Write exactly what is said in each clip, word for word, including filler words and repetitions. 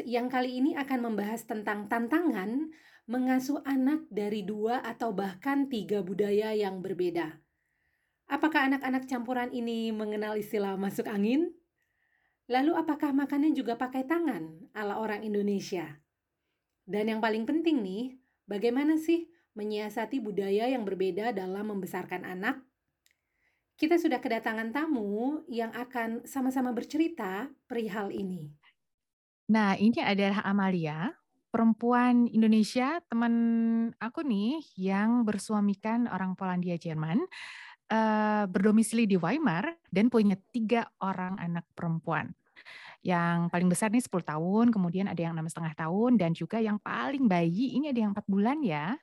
yang kali ini akan membahas tentang tantangan mengasuh anak dari dua atau bahkan tiga budaya yang berbeda. Apakah anak-anak campuran ini mengenal istilah masuk angin? Lalu apakah makannya juga pakai tangan ala orang Indonesia? Dan yang paling penting nih, bagaimana sih menyiasati budaya yang berbeda dalam membesarkan anak? Kita sudah kedatangan tamu yang akan sama-sama bercerita perihal ini. Nah, ini adalah Amalia, perempuan Indonesia, teman aku nih yang bersuamikan orang Polandia Jerman, eh, berdomisili di Weimar dan punya tiga orang anak perempuan. Yang paling besar nih sepuluh tahun, kemudian ada yang enam setengah tahun, dan juga yang paling bayi ini ada yang empat bulan ya.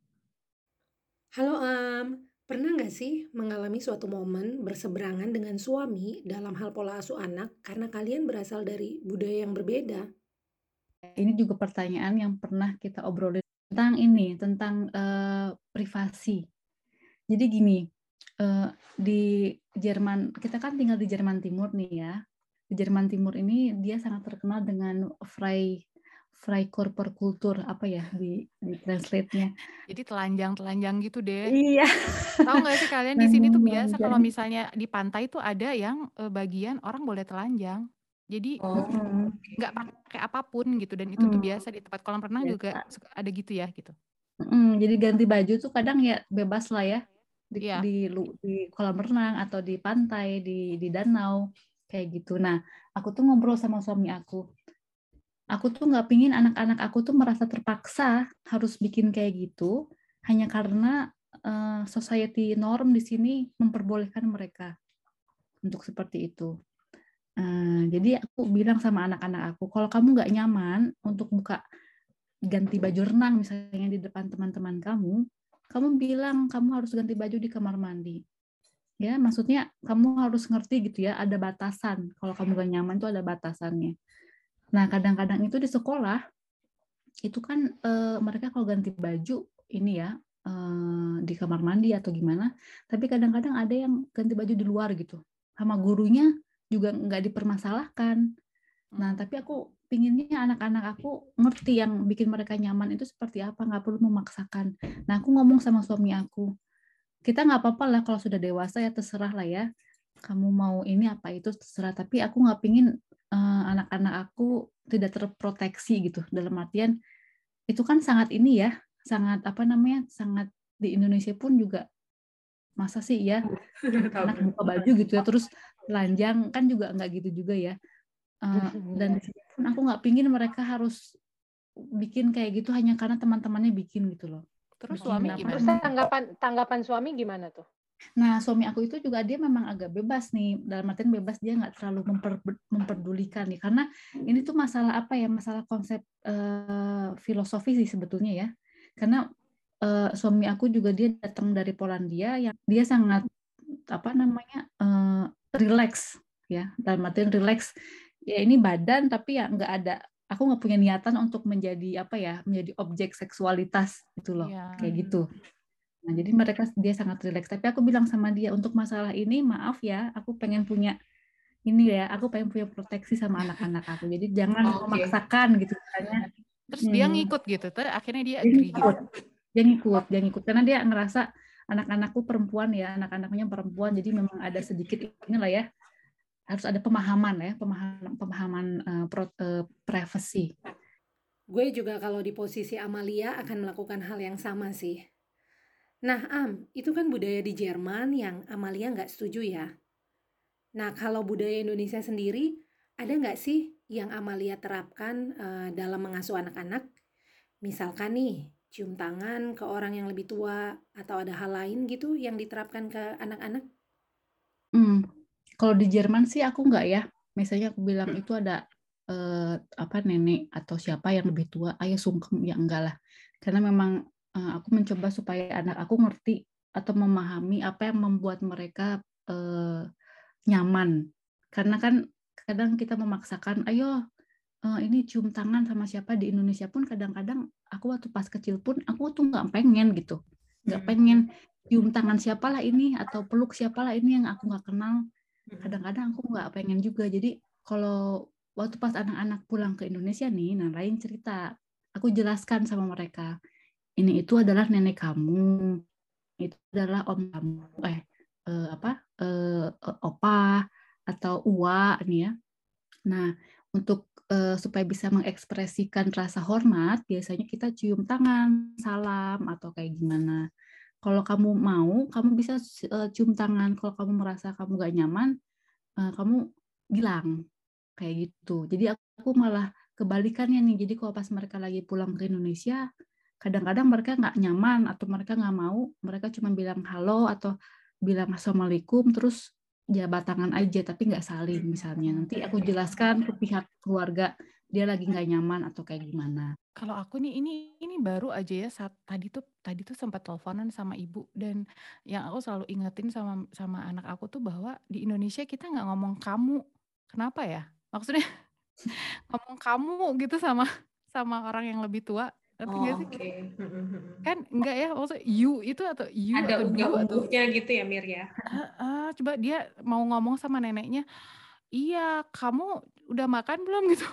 Halo Am, pernah nggak sih mengalami suatu momen berseberangan dengan suami dalam hal pola asuh anak karena kalian berasal dari budaya yang berbeda? Ini juga pertanyaan yang pernah kita obrolin tentang ini, tentang uh, privasi. Jadi gini, uh, di Jerman, kita kan tinggal di Jerman Timur nih ya. Di Jerman Timur ini dia sangat terkenal dengan Frei Freikorperkultur, apa ya di di translate-nya. Jadi telanjang-telanjang gitu deh. Iya. Tahu nggak sih kalian di sini tuh biasa kalau misalnya di pantai tuh ada yang eh, bagian orang boleh telanjang. Jadi Oh. nggak pakai apapun gitu, dan itu tuh Hmm. biasa di tempat kolam renang juga Biasa. suka ada gitu ya gitu. Hmm, jadi ganti baju tuh kadang ya bebas lah ya di, Iya. di lu- di kolam renang atau di pantai, di di danau kayak gitu. Nah, aku tuh ngobrol sama suami aku. Aku tuh nggak pingin anak-anak aku tuh merasa terpaksa harus bikin kayak gitu hanya karena eh, society norm di sini memperbolehkan mereka untuk seperti itu. Eh, jadi aku bilang sama anak-anak aku, kalau kamu nggak nyaman untuk buka ganti baju renang misalnya di depan teman-teman kamu, kamu bilang kamu harus ganti baju di kamar mandi. Ya, maksudnya kamu harus ngerti gitu ya, ada batasan. Kalau kamu gak nyaman itu ada batasannya. Nah, kadang-kadang itu di sekolah, itu kan eh, mereka kalau ganti baju ini ya, eh, di kamar mandi atau gimana, tapi kadang-kadang ada yang ganti baju di luar gitu. Sama gurunya juga nggak dipermasalahkan. Nah, tapi aku pinginnya anak-anak aku ngerti yang bikin mereka nyaman itu seperti apa, nggak perlu memaksakan. Nah, aku ngomong sama suami aku, kita nggak apa-apa lah kalau sudah dewasa ya terserah lah ya. Kamu mau ini apa itu terserah. Tapi aku nggak pingin eh, anak-anak aku tidak terproteksi gitu. Dalam artian itu kan sangat ini ya, sangat apa namanya, sangat di Indonesia pun juga masa sih ya anak buka baju gitu ya terus telanjang kan juga nggak gitu juga ya. Uh, dan di sini pun aku nggak pingin mereka harus bikin kayak gitu hanya karena teman-temannya bikin gitu loh. Terus Bikin suami apa gimana? Terus tanggapan tanggapan suami gimana tuh? Nah, suami aku itu juga dia memang agak bebas nih, dalam artian bebas dia nggak terlalu memper, memperdulikan nih, karena ini tuh masalah apa ya, masalah konsep uh, filosofi sih sebetulnya ya, karena uh, suami aku juga dia datang dari Polandia yang dia sangat apa namanya uh, relax ya, dalam artian relax ya ini badan tapi ya nggak ada, aku nggak punya niatan untuk menjadi apa ya, menjadi objek seksualitas gitu loh, Iya. kayak gitu. Nah, jadi mereka dia sangat rileks. Tapi aku bilang sama dia, untuk masalah ini, maaf ya, aku pengen punya ini ya, aku pengen punya proteksi sama anak-anak aku. Jadi jangan Oke. memaksakan gitu misalnya. Terus dia ngikut gitu, terus akhirnya dia Dia agree gitu. ngikut, dia ngikut, dia ngikut. Karena dia ngerasa anak-anakku perempuan ya, anak-anaknya perempuan. Jadi memang ada sedikit inilah ya, harus ada pemahaman ya, pemahaman pemahaman uh, pro, uh, privacy. Gue juga kalau di posisi Amalia akan melakukan hal yang sama sih. Nah Am, itu kan budaya di Jerman yang Amalia nggak setuju ya. Nah kalau budaya Indonesia sendiri, ada nggak sih yang Amalia terapkan uh, dalam mengasuh anak-anak? Misalkan nih, cium tangan ke orang yang lebih tua atau ada hal lain gitu yang diterapkan ke anak-anak? Hmm. Kalau di Jerman sih aku nggak ya. Misalnya aku bilang itu ada eh, apa nenek atau siapa yang lebih tua, ayo sungkem ya enggak lah. Karena memang eh, aku mencoba supaya anak aku ngerti atau memahami apa yang membuat mereka eh, nyaman. Karena kan kadang kita memaksakan, ayo eh, ini cium tangan sama siapa di Indonesia pun kadang-kadang aku waktu pas kecil pun aku tuh nggak pengen gitu, nggak pengen cium tangan siapalah ini atau peluk siapalah ini yang aku nggak kenal. Kadang-kadang aku nggak pengen juga. Jadi kalau waktu pas anak-anak pulang ke Indonesia nih, nah lain cerita. Aku jelaskan sama mereka, ini itu adalah nenek kamu, itu adalah om kamu, eh, eh apa, eh, opa atau uwa nih ya. Nah, untuk eh, supaya bisa mengekspresikan rasa hormat, biasanya kita cium tangan, salam atau kayak gimana. Kalau kamu mau, kamu bisa eh, cium tangan. Kalau kamu merasa kamu gak nyaman, eh, kamu bilang kayak gitu. Jadi aku malah kebalikannya nih. Jadi kalau pas mereka lagi pulang ke Indonesia, kadang-kadang mereka nggak nyaman atau mereka nggak mau, mereka cuma bilang halo atau bilang assalamualaikum, terus jabat tangan aja tapi nggak saling misalnya. Nanti aku jelaskan ke pihak keluarga dia lagi nggak nyaman atau kayak gimana. Kalau aku nih ini ini baru aja ya saat tadi tuh tadi tuh sempat teleponan sama ibu, dan yang aku selalu ingetin sama sama anak aku tuh bahwa di Indonesia kita nggak ngomong kamu. Kenapa ya? Maksudnya ngomong kamu gitu sama sama orang yang lebih tua. Ngerti Oh, nggak sih? oke. Kan enggak ya, maksudnya you itu atau you Ada atau du atau unggah-ungguhnya gitu ya, Mir ya. Heeh, coba dia mau ngomong sama neneknya, iya kamu udah makan belum gitu.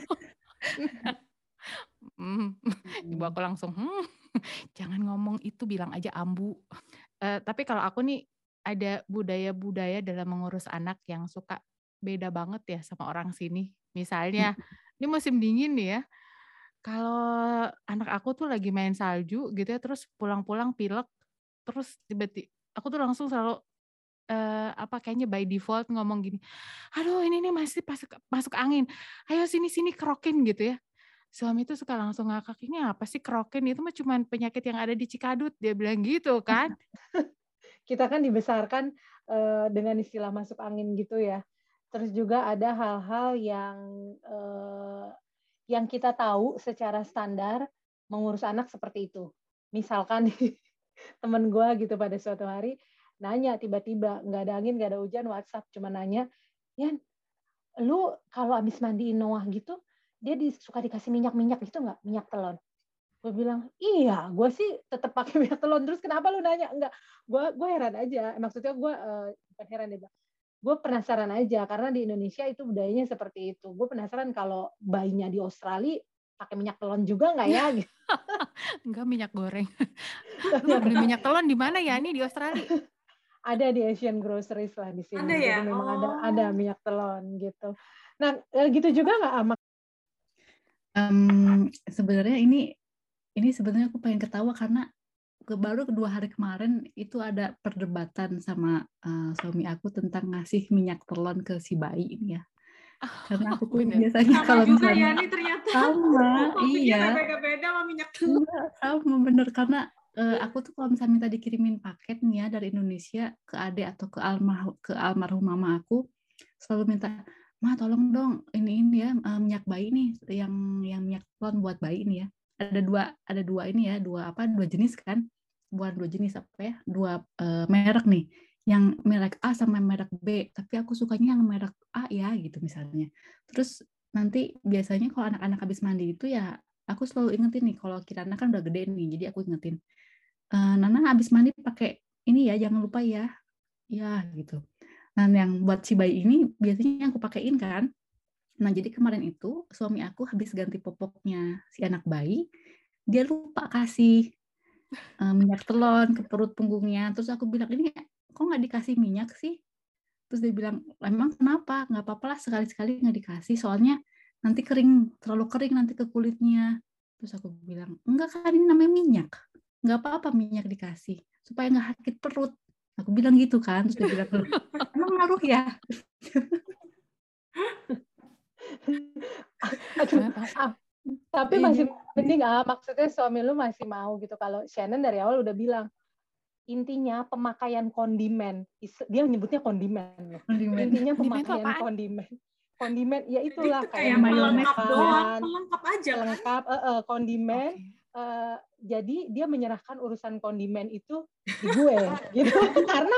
Hmm, ibu aku langsung, hmm, jangan ngomong itu, bilang aja ambu. Eh, tapi kalau aku nih ada budaya-budaya dalam mengurus anak yang suka beda banget ya sama orang sini. Misalnya, ini musim dingin nih ya, kalau anak aku tuh lagi main salju gitu ya, terus pulang-pulang pilek, terus tiba-tiba aku tuh langsung selalu eh, apa kayaknya by default ngomong gini, aduh ini nih masih masuk masuk angin, ayo sini sini kerokin gitu ya. Suami tuh suka langsung ngakak, ini apa sih kerokin, itu mah cuma penyakit yang ada di Cikadut, dia bilang gitu kan. Kita kan dibesarkan uh, dengan istilah masuk angin gitu ya. Terus juga ada hal-hal yang uh, yang kita tahu secara standar mengurus anak seperti itu. Misalkan temen gue gitu pada suatu hari nanya tiba-tiba, nggak ada angin, nggak ada hujan, WhatsApp cuma nanya, Yan, lu kalau habis mandiin Noah gitu, dia di, suka dikasih minyak-minyak gitu nggak? Minyak telon. Gue bilang, iya, gue sih tetap pakai minyak telon. Terus kenapa lu nanya? Enggak, gue gue heran aja. Maksudnya gue uh, bukan heran deh, gue penasaran aja karena di Indonesia itu budayanya seperti itu. Gue penasaran kalau bayinya di Australia pakai minyak telon juga nggak ya? Enggak, minyak goreng. Lu beli minyak telon di mana ya ini di Australia? Ada di Asian Groceries lah di sini. Ada ya? Jadi memang Oh. ada ada minyak telon gitu. Nah, gitu juga nggak Ama? Um, sebenarnya ini ini sebenarnya aku pengen ketawa karena ke, baru kedua hari kemarin itu ada perdebatan sama uh, suami aku tentang ngasih minyak telon ke si bayi ini ya. Karena aku tuh Bener. biasanya Sama kalau juga misalnya ya nih ternyata. sama, iya. Beda-beda sama minyak telon. Sama bener karena uh, aku tuh kalau misalnya minta dikirimin paket nih ya dari Indonesia ke adek atau ke almarhum ke almarhum mama aku, selalu minta, Ma tolong dong ini ini ya uh, minyak bayi nih yang yang minyak telon buat bayi ini ya. Ada dua ada dua ini ya, dua apa dua jenis kan, bukan dua jenis apa ya, dua uh, merek nih, yang merek A sama merek B, tapi aku sukanya yang merek A ya gitu misalnya. Terus nanti biasanya kalau anak-anak habis mandi itu ya aku selalu ingetin nih, kalau Kirana kan udah gede nih, jadi aku ingetin, e, Nana habis mandi pakai ini ya, jangan lupa ya, ya gitu. Nah yang buat si bayi ini biasanya aku pakein kan. Nah jadi kemarin itu suami aku habis ganti popoknya si anak bayi, dia lupa kasih uh, minyak telon ke perut punggungnya. Terus aku bilang, ini kok nggak dikasih minyak sih? Terus dia bilang, emang kenapa? Nggak apa-apa lah sekali-sekali nggak dikasih, soalnya nanti kering, terlalu kering nanti ke kulitnya. Terus aku bilang, enggak kan ini namanya minyak. Nggak apa-apa minyak dikasih, supaya nggak sakit perut. Aku bilang gitu kan, terus dia bilang, emang ngaruh ya? Aduh, ah, tapi masih mending ah, maksudnya suami lu masih mau gitu. Kalau Shannon dari awal udah bilang, intinya pemakaian kondimen, dia nyebutnya kondimen, kondimen. Intinya pemakaian kondimen. Kondimen, ya itulah itu kayak melengkap doang, melengkap aja kan. Melengkap, uh, uh, kondimen. Okay. Uh, jadi dia menyerahkan urusan kondimen itu di gue, gitu. Karena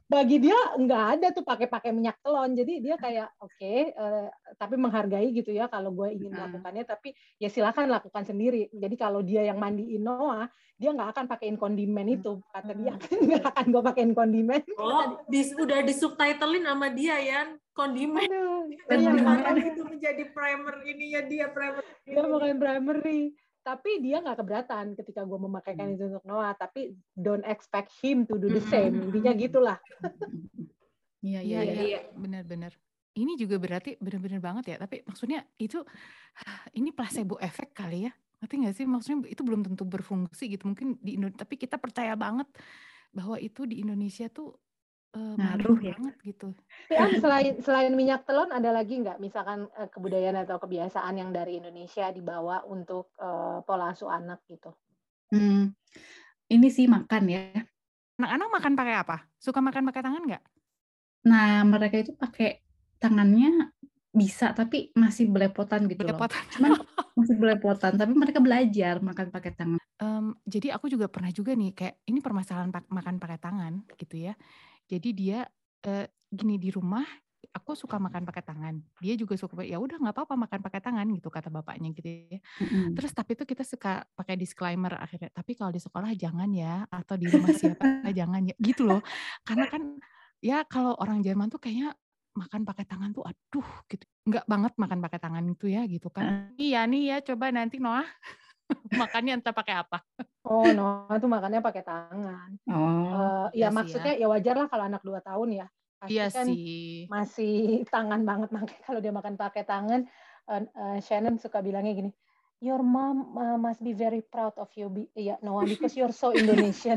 bagi dia nggak ada tuh pakai-pakai minyak telon. Jadi dia kayak oke, okay, uh, tapi menghargai gitu ya kalau gue ingin melakukannya. Tapi ya silakan lakukan sendiri. Jadi kalau dia yang mandiin Noah, dia nggak akan pakein kondimen itu. Kata dia nggak akan gue pakein kondimen. Oh, dis, udah disubtitlein sama dia ya, kondimen. Aduh, Jadi iya, kalau itu menjadi primer ininya dia primer. Dia pakein primary. Tapi dia nggak keberatan ketika gue memakaikan hmm. itu untuk Noah. Tapi don't expect him to do the same. Intinya gitulah. Iya, iya, iya. Benar-benar. Ini juga berarti benar-benar banget ya. Tapi maksudnya itu, ini placebo effect kali ya. Ngerti nggak sih? Maksudnya itu belum tentu berfungsi gitu. Mungkin di Indonesia, tapi kita percaya banget bahwa itu di Indonesia tuh uh, ngaruh ya. banget gitu. Ya, selain selain minyak telon ada lagi nggak misalkan uh, kebudayaan atau kebiasaan yang dari Indonesia dibawa untuk uh, pola asuh anak gitu? Hmm, ini sih makan ya. Anak-anak makan pakai apa? Suka makan pakai tangan nggak? Nah mereka itu pakai tangannya bisa tapi masih belepotan gitu belepotan. loh. Cuman masih belepotan tapi mereka belajar makan pakai tangan. Um, jadi aku juga pernah juga nih kayak ini permasalahan pak- makan pakai tangan gitu ya. Jadi dia uh, gini di rumah aku suka makan pakai tangan. Dia juga suka ya udah nggak apa-apa makan pakai tangan gitu kata bapaknya gitu ya. Mm-hmm. Terus tapi itu kita suka pakai disclaimer akhirnya. Tapi kalau di sekolah jangan ya atau di rumah siapa jangan ya gitu loh. Karena kan ya kalau orang Jerman tuh kayaknya makan pakai tangan tuh aduh gitu. Nggak banget makan pakai tangan itu ya gitu kan. Uh. Iya nih ya coba nanti Noah makannya entah pakai apa. Oh, Noah tuh makannya pakai tangan. Oh, uh, ya maksudnya ya. ya wajar lah kalau anak dua tahun ya. Pasti iya kan sih. Masih tangan banget makanya kalau dia makan pakai tangan. Uh, uh, Shannon suka bilangnya gini, your mom uh, must be very proud of you, ya yeah, Noah, because you're so Indonesian.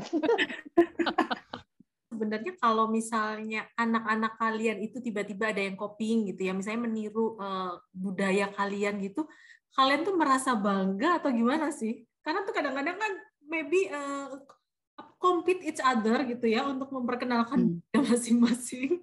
Sebenarnya kalau misalnya anak-anak kalian itu tiba-tiba ada yang copying gitu ya, misalnya meniru uh, budaya kalian gitu, kalian tuh merasa bangga atau gimana sih? Karena tuh kadang-kadang kan maybe uh, compete each other gitu ya untuk memperkenalkan hmm. masing-masing.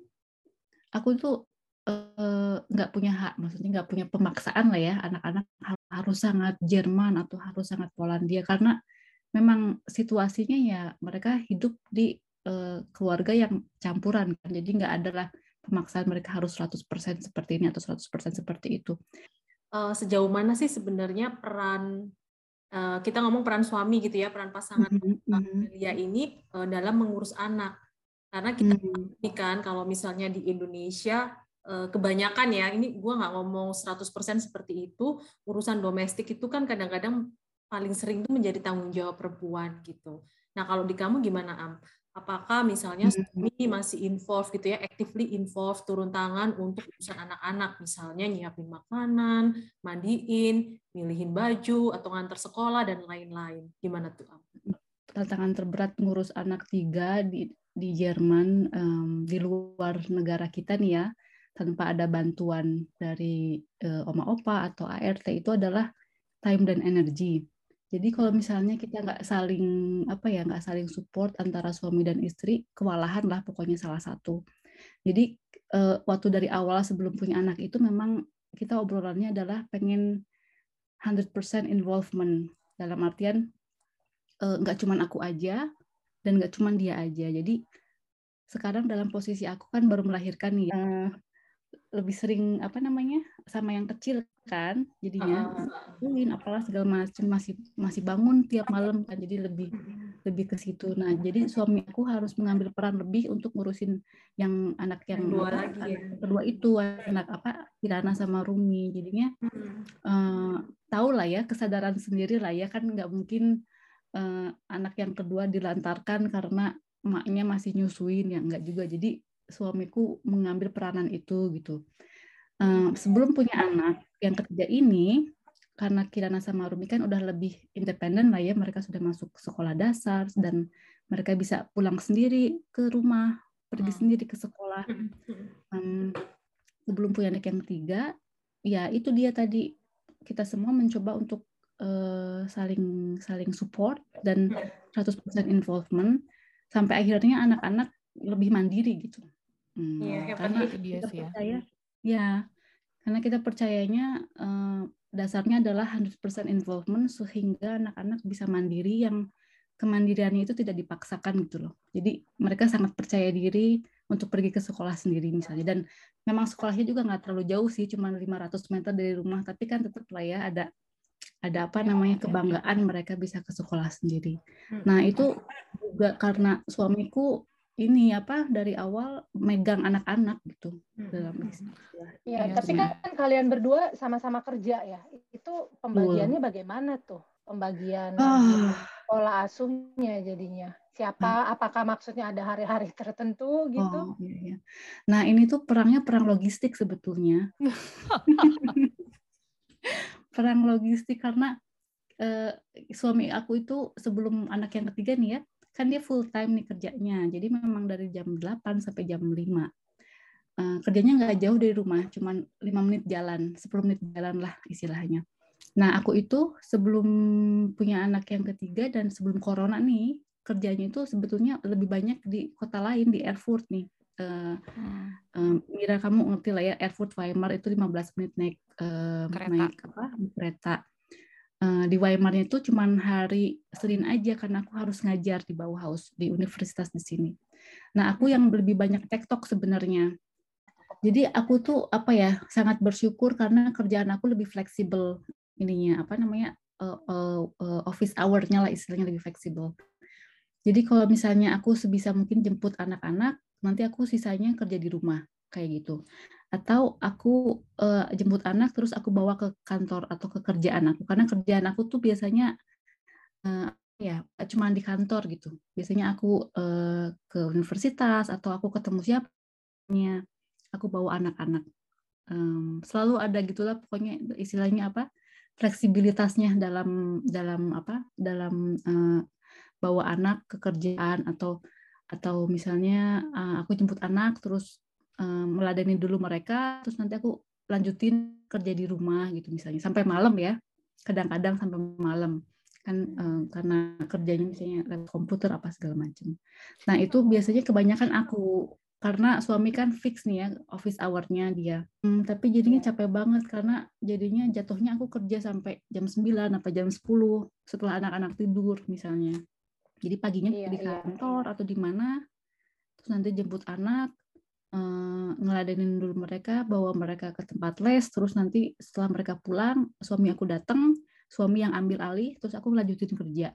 Aku tuh nggak uh, punya hak, maksudnya nggak punya pemaksaan lah ya, anak-anak harus sangat Jerman atau harus sangat Polandia, karena memang situasinya ya mereka hidup di uh, keluarga yang campuran, kan? Jadi nggak ada lah pemaksaan mereka harus seratus persen seperti ini atau seratus persen seperti itu. Uh, sejauh mana sih sebenarnya peran, uh, kita ngomong peran suami gitu ya, peran pasangan mm-hmm. Amelia ini uh, dalam mengurus anak? Karena kita mm-hmm. ini kan kalau misalnya di Indonesia uh, kebanyakan ya, ini gue nggak ngomong seratus persen seperti itu, urusan domestik itu kan kadang-kadang paling sering itu menjadi tanggung jawab perempuan gitu. Nah kalau di kamu gimana Am? Apakah misalnya suami masih involved gitu ya, actively involved, turun tangan untuk urusan anak-anak, misalnya nyiapin makanan, mandiin, milihin baju, atau ngantar sekolah, dan lain-lain. Gimana tuh, Am? Tantangan terberat mengurus anak tiga di, di Jerman, um, di luar negara kita nih ya, tanpa ada bantuan dari uh, Oma Opa atau A R T, itu adalah time dan energi. Jadi kalau misalnya kita nggak saling apa ya nggak saling support antara suami dan istri, kewalahan lah pokoknya salah satu. Jadi eh, waktu dari awal sebelum punya anak itu memang kita obrolannya adalah pengen one hundred percent involvement, dalam artian eh, nggak cuman aku aja dan nggak cuman dia aja. Jadi sekarang dalam posisi aku kan baru melahirkan nih, eh, lebih sering apa namanya sama yang kecil kan, jadinya uh, apalah segala macam, masih masih bangun tiap malam kan, jadi lebih lebih ke situ. Nah jadi suami aku harus mengambil peran lebih untuk ngurusin yang anak yang kedua apa, lagi anak ya. kedua itu anak apa Kirana sama Rumi, jadinya uh, tahu lah ya, kesadaran sendiri lah ya, kan nggak mungkin uh, anak yang kedua dilantarkan karena emaknya masih nyusuin, ya nggak juga. Jadi suamiku mengambil peranan itu gitu. Uh, sebelum punya anak yang ketiga ini, karena Kirana sama Rumi kan udah lebih independen lah ya, mereka sudah masuk sekolah dasar dan mereka bisa pulang sendiri ke rumah, pergi sendiri ke sekolah. Um, sebelum punya anak yang ketiga, ya itu dia tadi, kita semua mencoba untuk uh, saling saling support dan seratus persen involvement sampai akhirnya anak-anak lebih mandiri gitu. Hmm, ya, karena itu dia kita sih percaya, ya. ya, karena kita percayanya uh, dasarnya adalah one hundred percent involvement sehingga anak-anak bisa mandiri, yang kemandiriannya itu tidak dipaksakan gitu loh. Jadi mereka sangat percaya diri, untuk pergi ke sekolah sendiri misalnya. Dan memang sekolahnya juga nggak terlalu jauh sih, cuma lima ratus meter dari rumah, tapi kan tetap lah ya ada ada apa namanya kebanggaan mereka bisa ke sekolah sendiri. Nah itu juga karena suamiku ini apa dari awal megang anak-anak gitu dalam istilah. Ya, Iya, tapi cuma- kan kalian berdua sama-sama kerja ya. Itu pembagiannya bagaimana tuh? Pembagian Ah, pola asuhnya jadinya. Siapa? Apakah maksudnya ada hari-hari tertentu gitu? oh iya, iya. Nah ini tuh perangnya perang logistik sebetulnya. Perang logistik karena eh, suami aku itu sebelum anak yang ketiga nih ya, kan dia full time nih kerjanya. Jadi memang dari jam delapan sampai jam lima. Eh, kerjanya nggak jauh dari rumah, cuman lima menit jalan, sepuluh menit jalan lah istilahnya. Nah, aku itu sebelum punya anak yang ketiga dan sebelum corona nih, kerjanya itu sebetulnya lebih banyak di kota lain, di Erfurt nih. Eh, eh, Mira kamu ngerti lah ya, Erfurt Weimar itu lima belas menit naik eh, Kereta. naik apa? Kereta. Eh, di Weimarnya itu cuman hari Senin aja karena aku harus ngajar di Bauhaus di universitas di sini. Nah, aku yang lebih banyak tektok sebenarnya. Jadi aku tuh apa ya sangat bersyukur karena kerjaan aku lebih fleksibel ininya apa namanya uh, uh, uh, office hour-nya lah istilahnya lebih fleksibel. Jadi kalau misalnya aku sebisa mungkin jemput anak-anak, nanti aku sisanya kerja di rumah kayak gitu. Atau aku uh, jemput anak terus aku bawa ke kantor atau ke kerjaan aku karena kerjaan aku tuh biasanya uh, ya cuma di kantor gitu. Biasanya aku uh, ke universitas atau aku ketemu siapa aku bawa anak-anak. Um, selalu ada gitulah pokoknya istilahnya apa fleksibilitasnya dalam dalam apa dalam uh, bawa anak ke kerjaan atau atau misalnya uh, aku jemput anak terus um, meladeni dulu mereka terus nanti aku lanjutin kerja di rumah gitu misalnya sampai malam ya kadang-kadang sampai malam kan um, karena kerjanya misalnya lewat komputer apa segala macam. Nah itu biasanya kebanyakan aku karena suami kan fix nih ya office hour-nya dia. Hmm, tapi jadinya capek banget karena jadinya jatuhnya aku kerja sampai jam sembilan atau jam sepuluh setelah anak-anak tidur misalnya. Jadi paginya Iya, di iya, kantor iya. atau di mana, terus nanti jemput anak, eh, ngeladenin dulu mereka, bawa mereka ke tempat les, terus nanti setelah mereka pulang, suami aku datang, suami yang ambil alih, terus aku lanjutin kerja.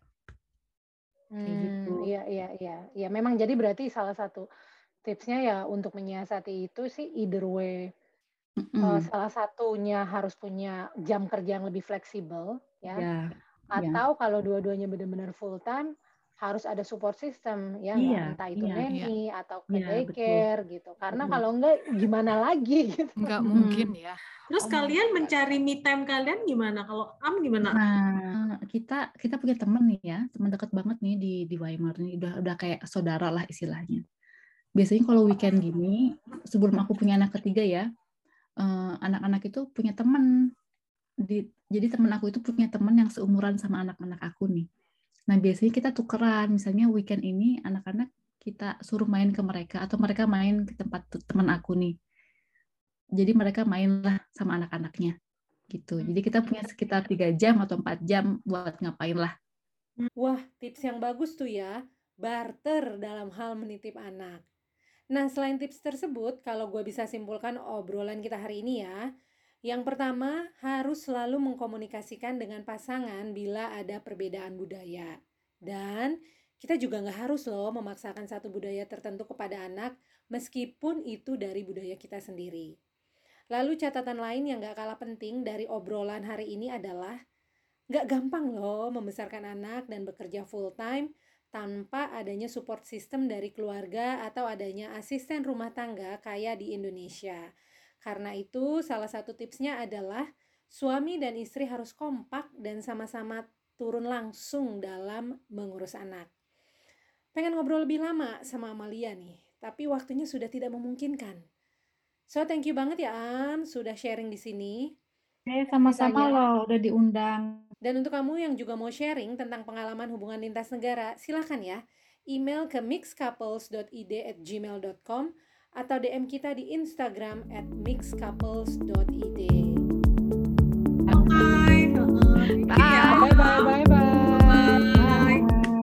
Kayak gitu. Hmm, iya, iya, iya. Ya, memang jadi berarti salah satu tipsnya ya untuk menyiasati itu sih either way. Mm-mm. Uh, salah satunya harus punya jam kerja yang lebih fleksibel, ya. Ya, ya. Atau kalau dua-duanya benar-benar full time, harus ada support system, ya nggak? Iya, Entah itu iya, nanny atau ke iya, betul. daycare gitu. Karena Betul. kalau enggak, gimana lagi gitu. Nggak Mm-mm. mungkin ya. Terus Oh my kalian God. mencari me time kalian gimana? Kalau Am gimana? Nah, kita kita punya teman nih ya, teman dekat banget nih di di Weimar nih, udah udah kayak saudara lah istilahnya. Biasanya kalau weekend gini, sebelum aku punya anak ketiga ya, eh, anak-anak itu punya teman. Di, jadi teman aku itu punya teman yang seumuran sama anak-anak aku nih. Nah biasanya kita tukeran, misalnya weekend ini anak-anak kita suruh main ke mereka atau mereka main ke tempat teman aku nih. Jadi mereka mainlah sama anak-anaknya gitu. Jadi kita punya sekitar tiga jam atau empat jam buat ngapain lah. Wah, tips yang bagus tuh ya, barter dalam hal menitip anak. Nah, selain tips tersebut, kalau gue bisa simpulkan obrolan kita hari ini ya, yang pertama harus selalu mengkomunikasikan dengan pasangan bila ada perbedaan budaya. Dan kita juga nggak harus loh memaksakan satu budaya tertentu kepada anak, meskipun itu dari budaya kita sendiri. Lalu catatan lain yang nggak kalah penting dari obrolan hari ini adalah nggak gampang loh membesarkan anak dan bekerja full time tanpa adanya support system dari keluarga atau adanya asisten rumah tangga kayak di Indonesia. Karena itu salah satu tipsnya adalah suami dan istri harus kompak dan sama-sama turun langsung dalam mengurus anak. Pengen ngobrol lebih lama sama Amalia nih, tapi waktunya sudah tidak memungkinkan. So thank you banget ya Am, sudah sharing di sini. Eh, sama-sama Ceritanya. loh, udah diundang. Dan untuk kamu yang juga mau sharing tentang pengalaman hubungan lintas negara, silakan ya. Email ke mixedcouples dot i d at gmail dot com atau D M kita di Instagram at mixedcouples dot i d. Bye. Bye. Bye.